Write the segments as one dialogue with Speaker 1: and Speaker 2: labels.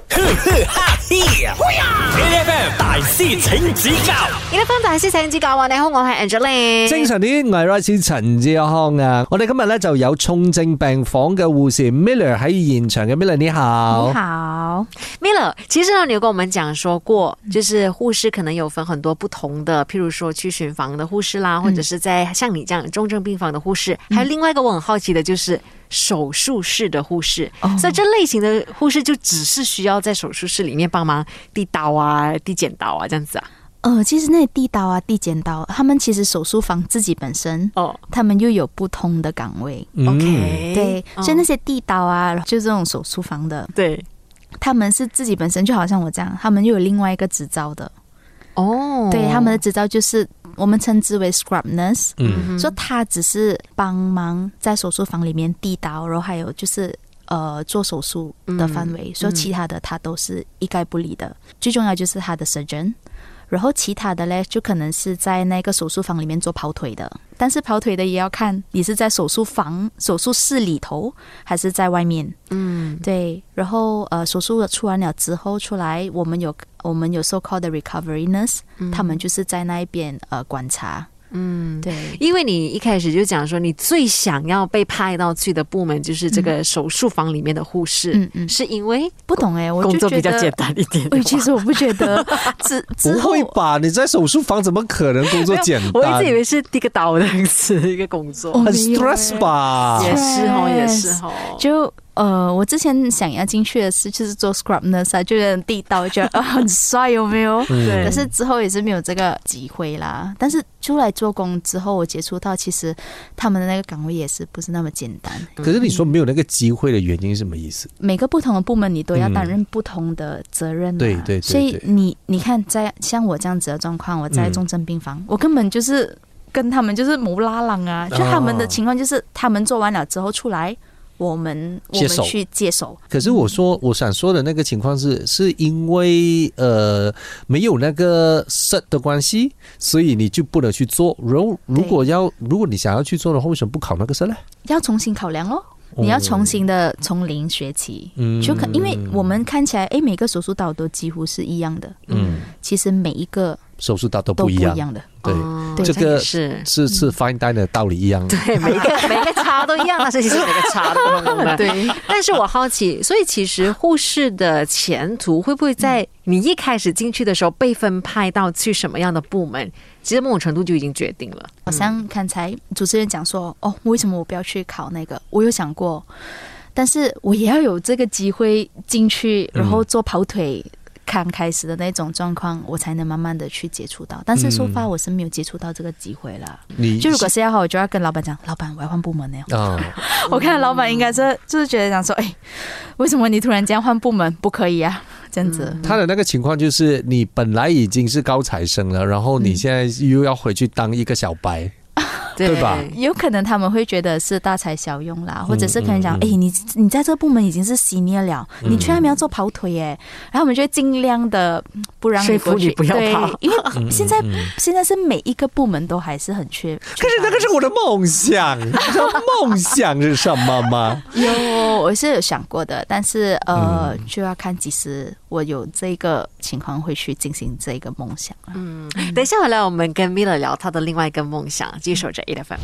Speaker 1: ，8FM 大師請指教
Speaker 2: 8FM 大師請指教啊！你好，我係 Angeline。
Speaker 3: 精神啲，我係 Rice 陳志康啊！我哋今日咧就有重症病房嘅護士 Miller 喺現場嘅 Miller， 你好。
Speaker 2: 你好 ，Miller。其實你有跟我們講說過，就是護士可能有分很多不同的，譬如說去巡房的護士啦，或者是在像你這樣重症病房的護士，還有另外一個我很好奇的，就是手術室的護士。所以這類型的護士就只是需要在手術室裡面幫忙遞刀啊、遞剪刀啊，這樣子啊。
Speaker 4: 其實那遞刀啊、遞剪刀，他們其實手術房自己本身，他們又有不同的崗位。
Speaker 2: OK，
Speaker 4: 對，所以那些遞刀啊，就這種手術房的，
Speaker 2: 對，
Speaker 4: 他們是自己本身，就好像我這樣，他們又有另外一個執照的。對，他們的執照就是我們稱之為 scrub nurse，所以他只是幫忙在手術房裡面遞刀，然後還有就是做手術的範圍，所以其他的他都是一概不理的。最重要就是他的 surgeon。然後其他的呢，就可能是在那個手術房裡面做跑腿的，但是跑腿的也要看你是在手術房、手術室裡頭，還是在外面。對。然後手術出完了之後出來，我們有 so called 的 recovery nurse，他們就是在那一邊觀察。對，
Speaker 2: 因為你一開始就講說你最想要被派到去的部門就是這個手術房裡面的護士，是因為
Speaker 4: 不懂我就覺得
Speaker 2: 工作比較簡單一點。
Speaker 4: 其實我不覺得，
Speaker 3: 不會吧？你在手術房怎麼可能工作簡單？
Speaker 2: 我一直以為是遞個刀的一個工作，
Speaker 3: 很 stress 吧？
Speaker 2: 也是哦，也是哦。
Speaker 4: 就我之前想要進去的是就是做 scrub nurse， 就有點地道，覺得很帥，有沒有？對。但是之後也是沒有這個機會啦。但是出來做工之後，我接觸到其實他們的那個崗位也是不是那麼簡單。
Speaker 3: 可是你說沒有那個機會的原因是什麼意思？
Speaker 4: 每個不同的部門你都要擔任不同的責任。
Speaker 3: 對對對。
Speaker 4: 所以你看在像我這樣子的狀況，我在重症病房，我根本就是跟他們就是冇拉攏啊。就他們的情況就是他們做完了之後出來。我們去接手。可是
Speaker 3: 我想說的那個情況是因為沒有那個 cert 的關係，所以你就不能去做。如果你想要去做的話，為什麼不考那個 cert 呢？
Speaker 4: 要重新考量咯。你要重新的從零學起，因為我們看起來每個手術刀都幾乎是一樣的，其實每一個
Speaker 3: 手術刀都不一樣的。對，這個是 fine dine 的道理一樣。
Speaker 2: 對，每個叉都一樣，但是其實每個叉都不同的。對，但是我好奇，所以其實護士的前途會不會在你一開始進去的時候被分派到去什麼樣的部門，其實某種程度就已經決定了。
Speaker 4: 好像剛才主持人講說，為什麼我不要去考那個？我有想過，但是我也要有這個機會進去，然後做跑腿。剛開始的那種狀況，我才能慢慢的去接觸到。但是so far我是沒有接觸到這個機會啦。就如果是要好，我就要跟老闆講，老闆我要換部門了。我看老闆應該就是覺得講說，為什麼你突然間換部門？不可以啊，這樣子。他
Speaker 3: 的那個情況就是你本來已經是高材生了，然後你現在又要回去當一個小白。對吧？
Speaker 4: 有可能他們會覺得是大材小用啦，或者是可能講，你在這個部門已經是 senior 了，你居然沒有做跑腿耶，然後我們就會盡量的不讓你過去，
Speaker 2: 不要跑，
Speaker 4: 因為現在是每一個部門都還是很缺。
Speaker 3: 可是那個是我的夢想，你知道夢想是什麼嗎？
Speaker 4: 我是有想過的，但是就要看幾時我有這個情況會去進行這個夢想。
Speaker 2: 等一下回來我們跟 Miller 聊他的另外一個夢想，繼續着。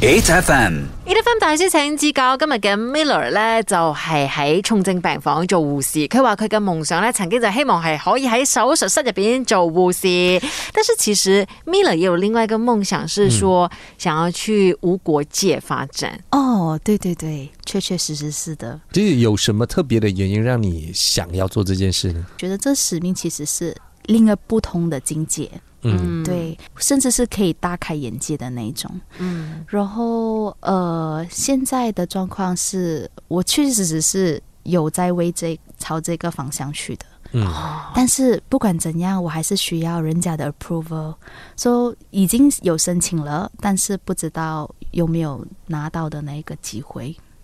Speaker 1: 8FM
Speaker 2: 大師請指教。今日嘅 Miller 咧就係喺重症病房做護士，佢話佢嘅夢想咧曾經就希望係可以喺手術室入邊做護士，但是其實 Miller 也有另外一個夢想，是說想要去無國界發展。
Speaker 4: 對對對，確確實實是的。
Speaker 3: 就是有什麼特別的原因讓你想要做這件事呢？
Speaker 4: 覺得這使命其實是另一個不同的境界。對，甚至是可以大開眼界的那一種。然後現在的狀況是我確實只是有在為朝這個方向去的。但是不管怎樣，我還是需要人家的 approval， 所以已經有申請了，但是不知道有沒有拿到的那個機會。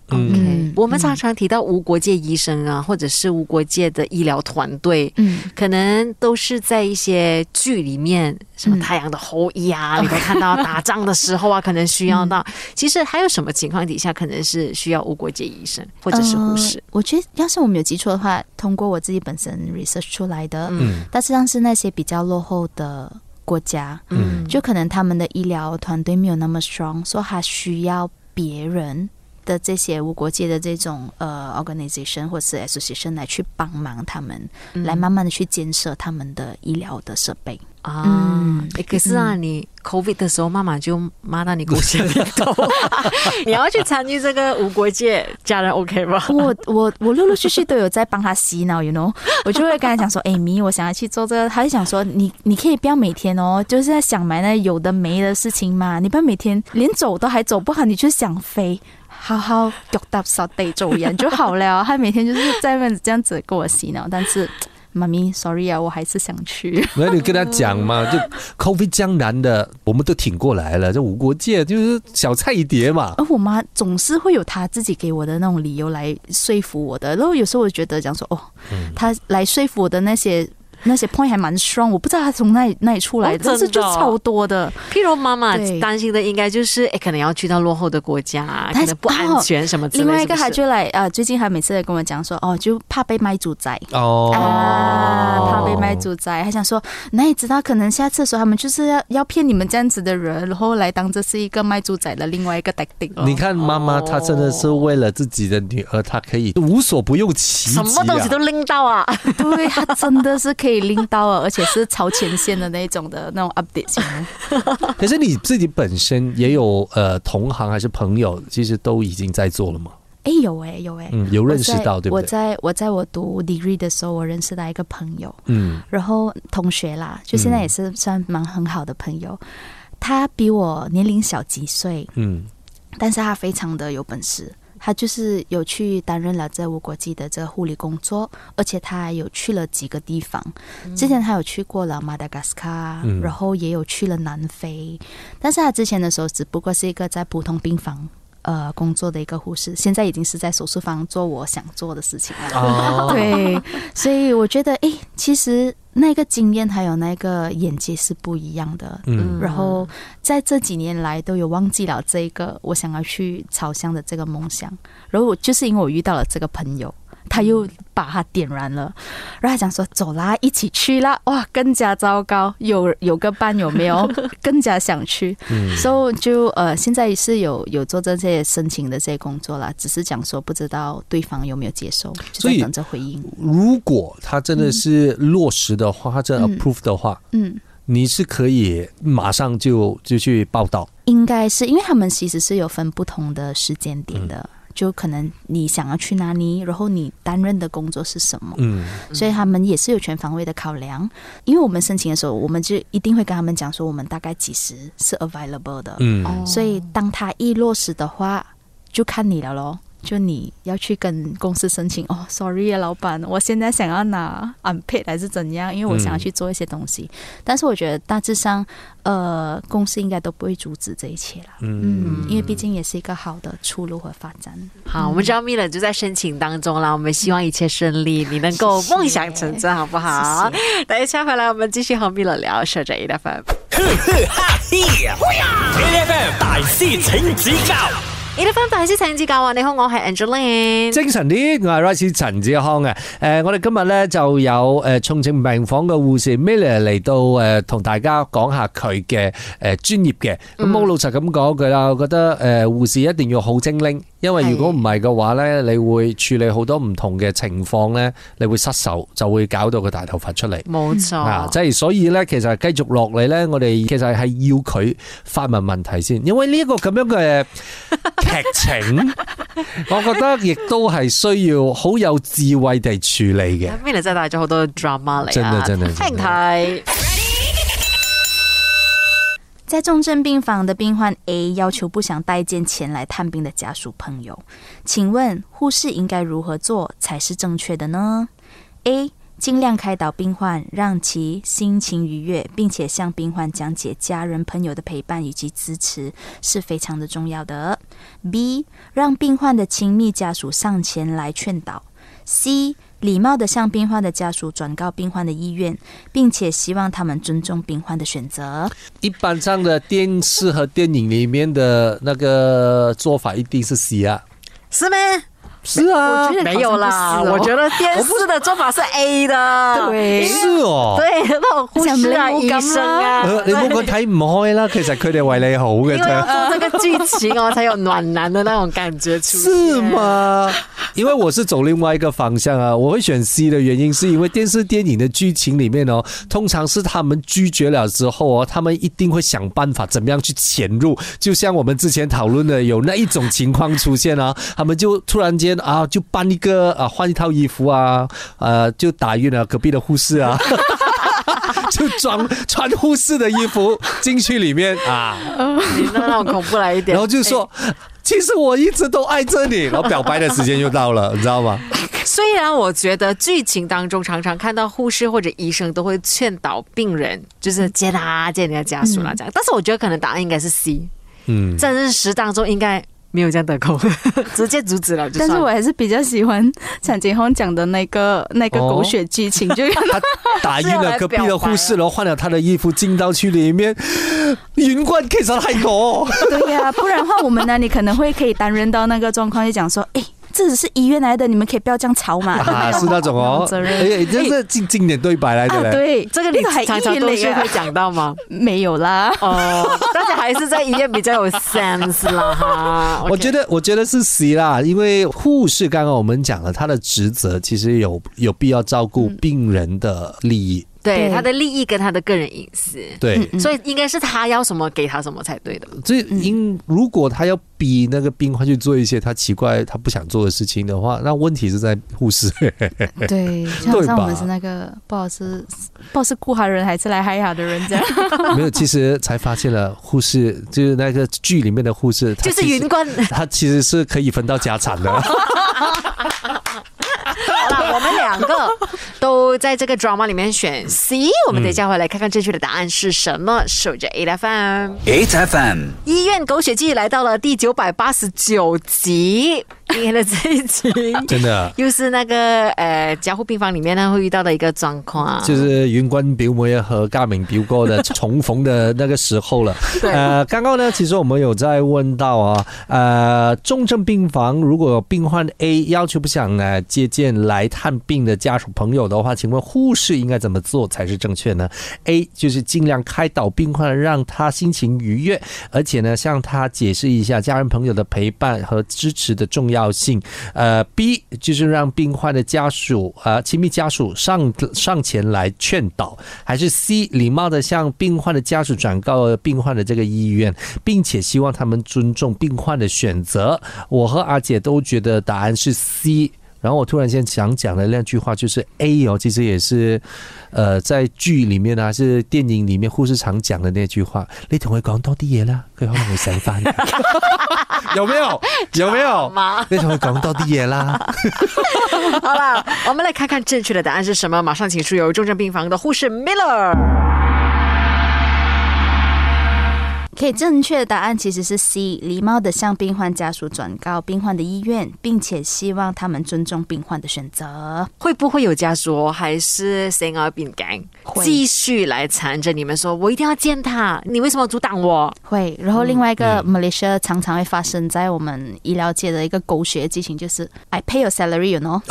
Speaker 2: OK，我们常常提到无国界医生啊，或者是无国界的医疗团队，可能都是在一些剧里面，什么太阳的后裔啊，你都看到打仗的时候啊，可能需要到。其实还有什么情况底下可能是需要无国界医生或者是护士？
Speaker 4: 我觉得要是我没有记错的话，通过我自己本身 research 出来的，但实际上是那些比较落后的国家，就可能他们的医疗团队没有那么 strong， 所以他需要别人的这些无国界的这种organization 或是 association 来去帮忙他们，来慢慢的去建设他们的医疗的设备
Speaker 2: 啊。可是啊，你 COVID 的时候，妈妈就骂到你狗血淋头。你要去参与这个无国界，家人 OK 吗？
Speaker 4: 我陆陆续续都有在帮他洗脑 ，you know， 我就会跟他讲说，咪，我想要去做这个。他就想说，你可以不要每天哦，就是在想买那有的没的事情嘛，你不要每天连走都还走不好，你就想飞。好好脚踏实地做人就好了。他每天就是在那这样子跟我洗脑，但是妈咪 ，sorry 啊，我还是想去。
Speaker 3: 那你跟他讲嘛，就 COVID 这样难的，我们都挺过来了，这无国界就是小菜一碟嘛。
Speaker 4: 而我妈总是会有她自己给我的那种理由来说服我的，然后有时候我觉得讲说，她来说服我的那些 point 还蛮 strong， 我不知道他从哪里出来的，但是就超多的。
Speaker 2: 譬如妈妈担心的应该就是可能要去到落后的国家，可能不安全什么之类的。
Speaker 4: 另外一个他就来最近他每次来跟我讲说，就怕被卖猪仔怕被卖猪仔，他想说，那你知道可能下次的时候他们就是要骗你们这样子的人，然后来当这是一个卖猪仔的另外一个 tactic。
Speaker 3: 你看妈妈她真的是为了自己的女儿，她可以无所不用其极，
Speaker 2: 什么东西都拎到啊。
Speaker 4: 对，她真的是可以拎到了，而且是超前线的那种的那种 update 型。
Speaker 3: 可是你自己本身也有同行还是朋友，其实都已经在做了吗？
Speaker 4: 有
Speaker 3: 有认识到，对不
Speaker 4: 对？我在我读 degree 的时候，我认识到一个朋友，然后同学啦，就现在也是算蛮很好的朋友。他比我年龄小几岁，但是他非常的有本事。他就是有去担任了这无国际的这个护理工作，而且他还有去了几个地方。之前他有去过了马达加斯加，然后也有去了南非。但是他之前的时候只不过是一个在普通病房工作的一个护士，现在已经是在手术房做我想做的事情了。对，所以我觉得其实那个经验还有那个眼界是不一样的。然后在这几年来都有忘记了这个我想要去朝向的这个梦想，然后就是因为我遇到了这个朋友，他又把它点燃了，然后他讲说走啦，一起去啦。哇，更加糟糕，有个伴有没有更加想去。所以就现在是有做这些申请的这些工作啦，只是讲说不知道对方有没有接受，就在等着回应。
Speaker 3: 如果他真的是落实的话，他真的 approve 的话，你是可以马上就去报道。
Speaker 4: 应该是因为他们其实是有分不同的时间点的。就可能你想要去哪里，然后你担任的工作是什么，所以他们也是有全方位的考量。因为我们申请的时候，我们就一定会跟他们讲说我们大概几时是 available 的，所以当他一落实的话就看你了咯，就你要去跟公司申请sorry 啊老板，我现在想要拿 unpaid 还是怎样，因为我想要去做一些东西。但是我觉得大致上公司应该都不会阻止这一切啦。因为毕竟也是一个好的出路和发展。
Speaker 2: 好，我们知道 Miller 就在申请当中啦，我们希望一切顺利，你能够梦想成真，好不好？等一下回来我们继续和 Miller 聊，守着 8FM。
Speaker 1: 8FM 大師請指教。
Speaker 2: 8FM 大師請指教啊！你好，我係 Angeline。
Speaker 3: 精神啲，我係 Rice 陳志康嘅。我哋今日咧就有重症病房嘅護士 Miller 嚟到同大家講下佢嘅專業嘅。咁我老實咁講句啦，我覺得護士一定要好精靈，因為如果唔係嘅話咧，你會處理好多唔同嘅情況咧，你會失手，就會搞到個大頭髮出嚟。
Speaker 2: 冇錯，
Speaker 3: 即係所以咧，其實繼續落嚟咧，我哋其實係要佢發問問題先，因為呢一個咁樣嘅劇情，我覺得亦都係需要好有智慧地處理嘅。
Speaker 2: Miller 真係帶咗好多 drama 嚟啊！
Speaker 3: 真的
Speaker 2: 聽睇。
Speaker 4: 在重症病房的病患 A 要求不想代见前来探病的家属朋友，请问护士应该如何做才是正确的呢？ A. 尽量开导病患，让其心情愉悦，并且向病患讲解家人朋友的陪伴以及支持是非常的重要的。 B. 让病患的亲密家属上前来劝导。 C. 礼貌地向病患的家属转告病患的意愿，并且希望他们尊重病患的选择。
Speaker 3: 一般上的电视和电影里面的那个做法一定是 C 啊，
Speaker 2: 是吗？
Speaker 3: 是啊，
Speaker 4: 我觉得
Speaker 2: 没有啦，我觉得电视的做法是 A 的。
Speaker 4: 對
Speaker 3: 是哦。
Speaker 2: 對，那種護士啊、醫生啊，
Speaker 3: 你冇講睇唔開啦，其實佢哋為你好嘅
Speaker 2: 因為要
Speaker 3: 啫。
Speaker 2: 做這個劇情哦，才有暖男的那種感覺出現。
Speaker 3: 是嗎？因為我是走另外一個方向啊，我會選 C 的原因是因為電視電影的劇情裡面哦，通常是他們拒絕了之後哦，他們一定會想辦法怎麼樣去潛入，就像我們之前討論的有那一種情況出現啊，他們就突然間啊就搬一個啊換一套衣服啊，就打暈了隔壁的護士啊。就穿護士的衣服進去裡面啊，
Speaker 2: 你那種恐怖來一點，
Speaker 3: 然後就說其實我一直都愛着你，然後表白的時間就到了，你知道嗎？
Speaker 2: 雖然我覺得劇情當中常常看到護士或者醫生都會勸導病人，就是接你的家屬啦，這樣，但是我覺得可能答案應該是 C， 在現實當中應該沒有這樣的空，直接阻止了就算了。
Speaker 4: 但是我還是比較喜歡陳景鴻講的那個狗血劇情，就
Speaker 3: 他打暈了隔壁的護士，然後換了他的衣服進到去裡面，雲冠其實係我。
Speaker 4: 對呀，不然的話我們呢，你可能會可以擔任到那個狀況，就講說，這只是醫院來的，你們可以不要這樣吵嘛。
Speaker 3: 是那種哦，這是經典對白來的嘞。
Speaker 4: 對，
Speaker 2: 這個你常常都是會講到嗎？
Speaker 4: 沒有啦。
Speaker 2: 哦，但是還是在醫院比較有 sense 啦哈。
Speaker 3: 我覺得是 C 啦，因為護士剛剛我們講了，他的職責其實有必要照顧病人的利益。
Speaker 2: 對，他的利益跟他的個人隱私，
Speaker 3: 對，
Speaker 2: 所以應該是他要什麼給他什麼才對的。
Speaker 3: 如果他要逼那個病患去做一些他奇怪他不想做的事情的話，那問題是在護士。
Speaker 4: 對，就好像我們是那個不好是顧他人還是來害他的人這樣。
Speaker 3: 沒有，其實才發現了護士就是那個劇裡面的護士，
Speaker 2: 就是雲冠，
Speaker 3: 他其實是可以分到家產的。
Speaker 2: 好啦，我們兩個都在這個 drama 裡面選 C， 我們等一下回來看看正確的答案是什麼。守着 8FM，8FM， 醫院狗血記來到了第989集。今天的這一集
Speaker 3: 真的
Speaker 2: 又是那個加護病房裡面呢會遇到的一個狀況，
Speaker 3: 就是雲冠表妹和嘉明表哥的重逢的那個時候了。剛剛呢，其實我們有在問到啊，重症病房如果病患 A 要求不想接見來探病的家屬朋友的話，請問護士應該怎麼做才是正確呢？ A 就是盡量開導病患，讓他心情愉悅，而且呢向他解釋一下家人朋友的陪伴和支持的重要性。B 就是讓病患的家屬親密家屬上前來勸導，還是 C 禮貌的向病患的家屬轉告病患的這個意願，並且希望他們尊重病患的選擇。我和阿姐都覺得答案是 C。然後我突然間想講的那句話就是 A 哦，其實也是在劇裡面還是電影裡面護士常講的那句話，你同佢講多啲嘢啦，佢可能會醒返。有沒有？你同佢講多啲嘢啦。
Speaker 2: 好了，我們來看看正確的答案是什麼。馬上請出由重症病房的護士 Miller。
Speaker 4: 可以，正確的答案其實是 C， 禮貌的向病患家屬轉告病患的意願，並且希望他們尊重病患的選擇。
Speaker 2: 會不會有家屬還是誰要病幹繼續來纏着你們說，我一定要見他，你為什麼阻擋我？
Speaker 4: 會。然後另外一個 Malaysia 常常會發生在我們醫療界的一個狗血劇情，就是 I pay your salary, you know？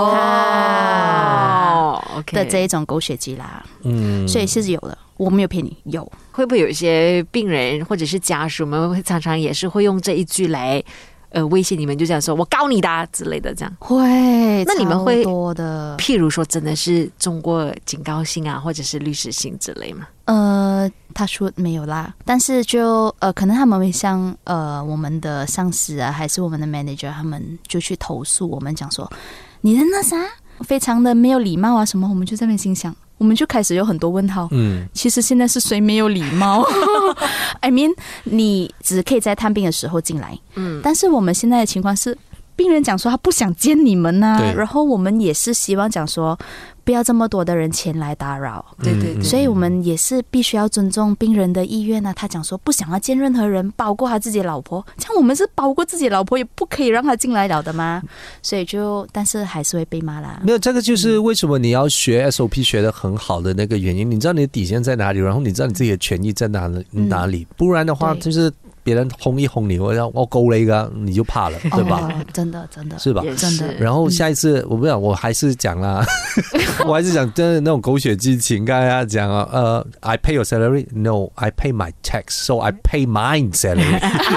Speaker 2: OK
Speaker 4: 的這一種狗血劇啦。所以是有的。我沒有騙你，有。
Speaker 2: 會不會有一些病人或者是家屬們會常常也是會用這一句來威脅你們，就這樣說我告你的之類的這樣？
Speaker 4: 會。
Speaker 2: 那你們會
Speaker 4: 多的，
Speaker 2: 譬如說真的是中過警告信啊，或者是律師信之類嗎？
Speaker 4: 他說沒有啦，但是就可能他們會像我們的上司啊，還是我們的 manager， 他們就去投訴我們，講說你的那啥非常的沒有禮貌啊什麼，我們就在那邊心想。我們就開始有很多問號。其實現在是誰沒有禮貌？I mean， 你只可以在探病的時候進來。但是我們現在的情況是， 病人讲说他不想见你们啊，然后我们也是希望讲说不要这么多的人前来打扰，
Speaker 2: 对对对，
Speaker 4: 所以我们也是必须要尊重病人的意愿啊。他讲说不想要见任何人，包括他自己的老婆，这样我们是包括自己的老婆也不可以让他进来了的吗？所以但是还是会被骂啦。
Speaker 3: 没有，这个就是为什么你要学 SOP 学得很好的那个原因。你知道你的底线在哪里，然后你知道你自己的权益在哪里，不然的话就是别人轰一轰你，我勾了一个，你就怕了，对吧？
Speaker 4: 真的
Speaker 3: 是吧？
Speaker 4: 真的。
Speaker 3: 然后下一次我不想，我还是讲啦，我还是讲真的那种狗血激情，跟大家讲啊，I pay your salary, no, I pay my tax, so I pay mine salary 。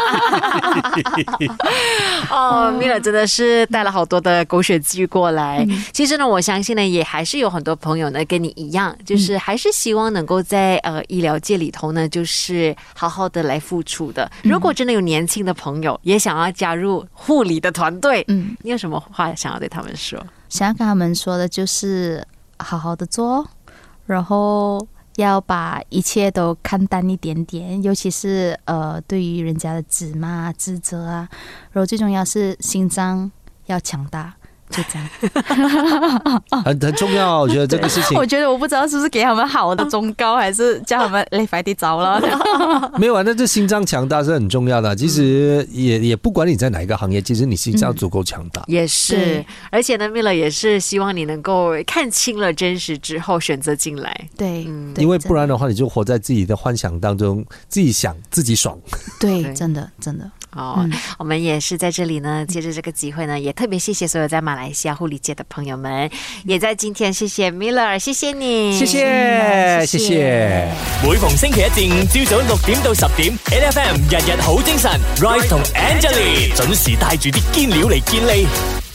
Speaker 2: 哦，Miller 真的是带了好多的狗血剧过来。其实呢，我相信呢，也还是有很多朋友呢跟你一样，就是还是希望能够在医疗界里头呢，就是好好的来付出的。如果真的有年轻的朋友也想要加入护理的团队，你有什么话想要对他们说？
Speaker 4: 想要跟他们说的就是好好的做，然后要把一切都看淡一点点，尤其是对于人家的指骂、指责啊，然后最重要是心脏要强大。就这样
Speaker 3: 很重要，我觉得这个事情。
Speaker 4: 我觉得我不知道是不是给他们好的忠告，还是叫他们来快点走了。
Speaker 3: 没有啊，那这心脏强大是很重要的。其实也不管你在哪一个行业，其实你心脏足够强大。
Speaker 2: 也是，而且呢 ，Miller 也是希望你能够看清了真实之后选择进来。
Speaker 4: 对，
Speaker 3: 因为不然的话，你就活在自己的幻想当中，自己想自己爽。
Speaker 4: 对，真的。
Speaker 2: 我们也是在这里呢，借着这个机会呢，也特别谢谢所有在马来西亚护理界的朋友们，也在今天谢谢 Miller， 谢谢你，
Speaker 3: 谢谢。
Speaker 1: 每逢星期一至五朝早6點到10點 ，8FM 日日好精神 ，Rise 同 Angelie 準時帶住啲堅料嚟見你。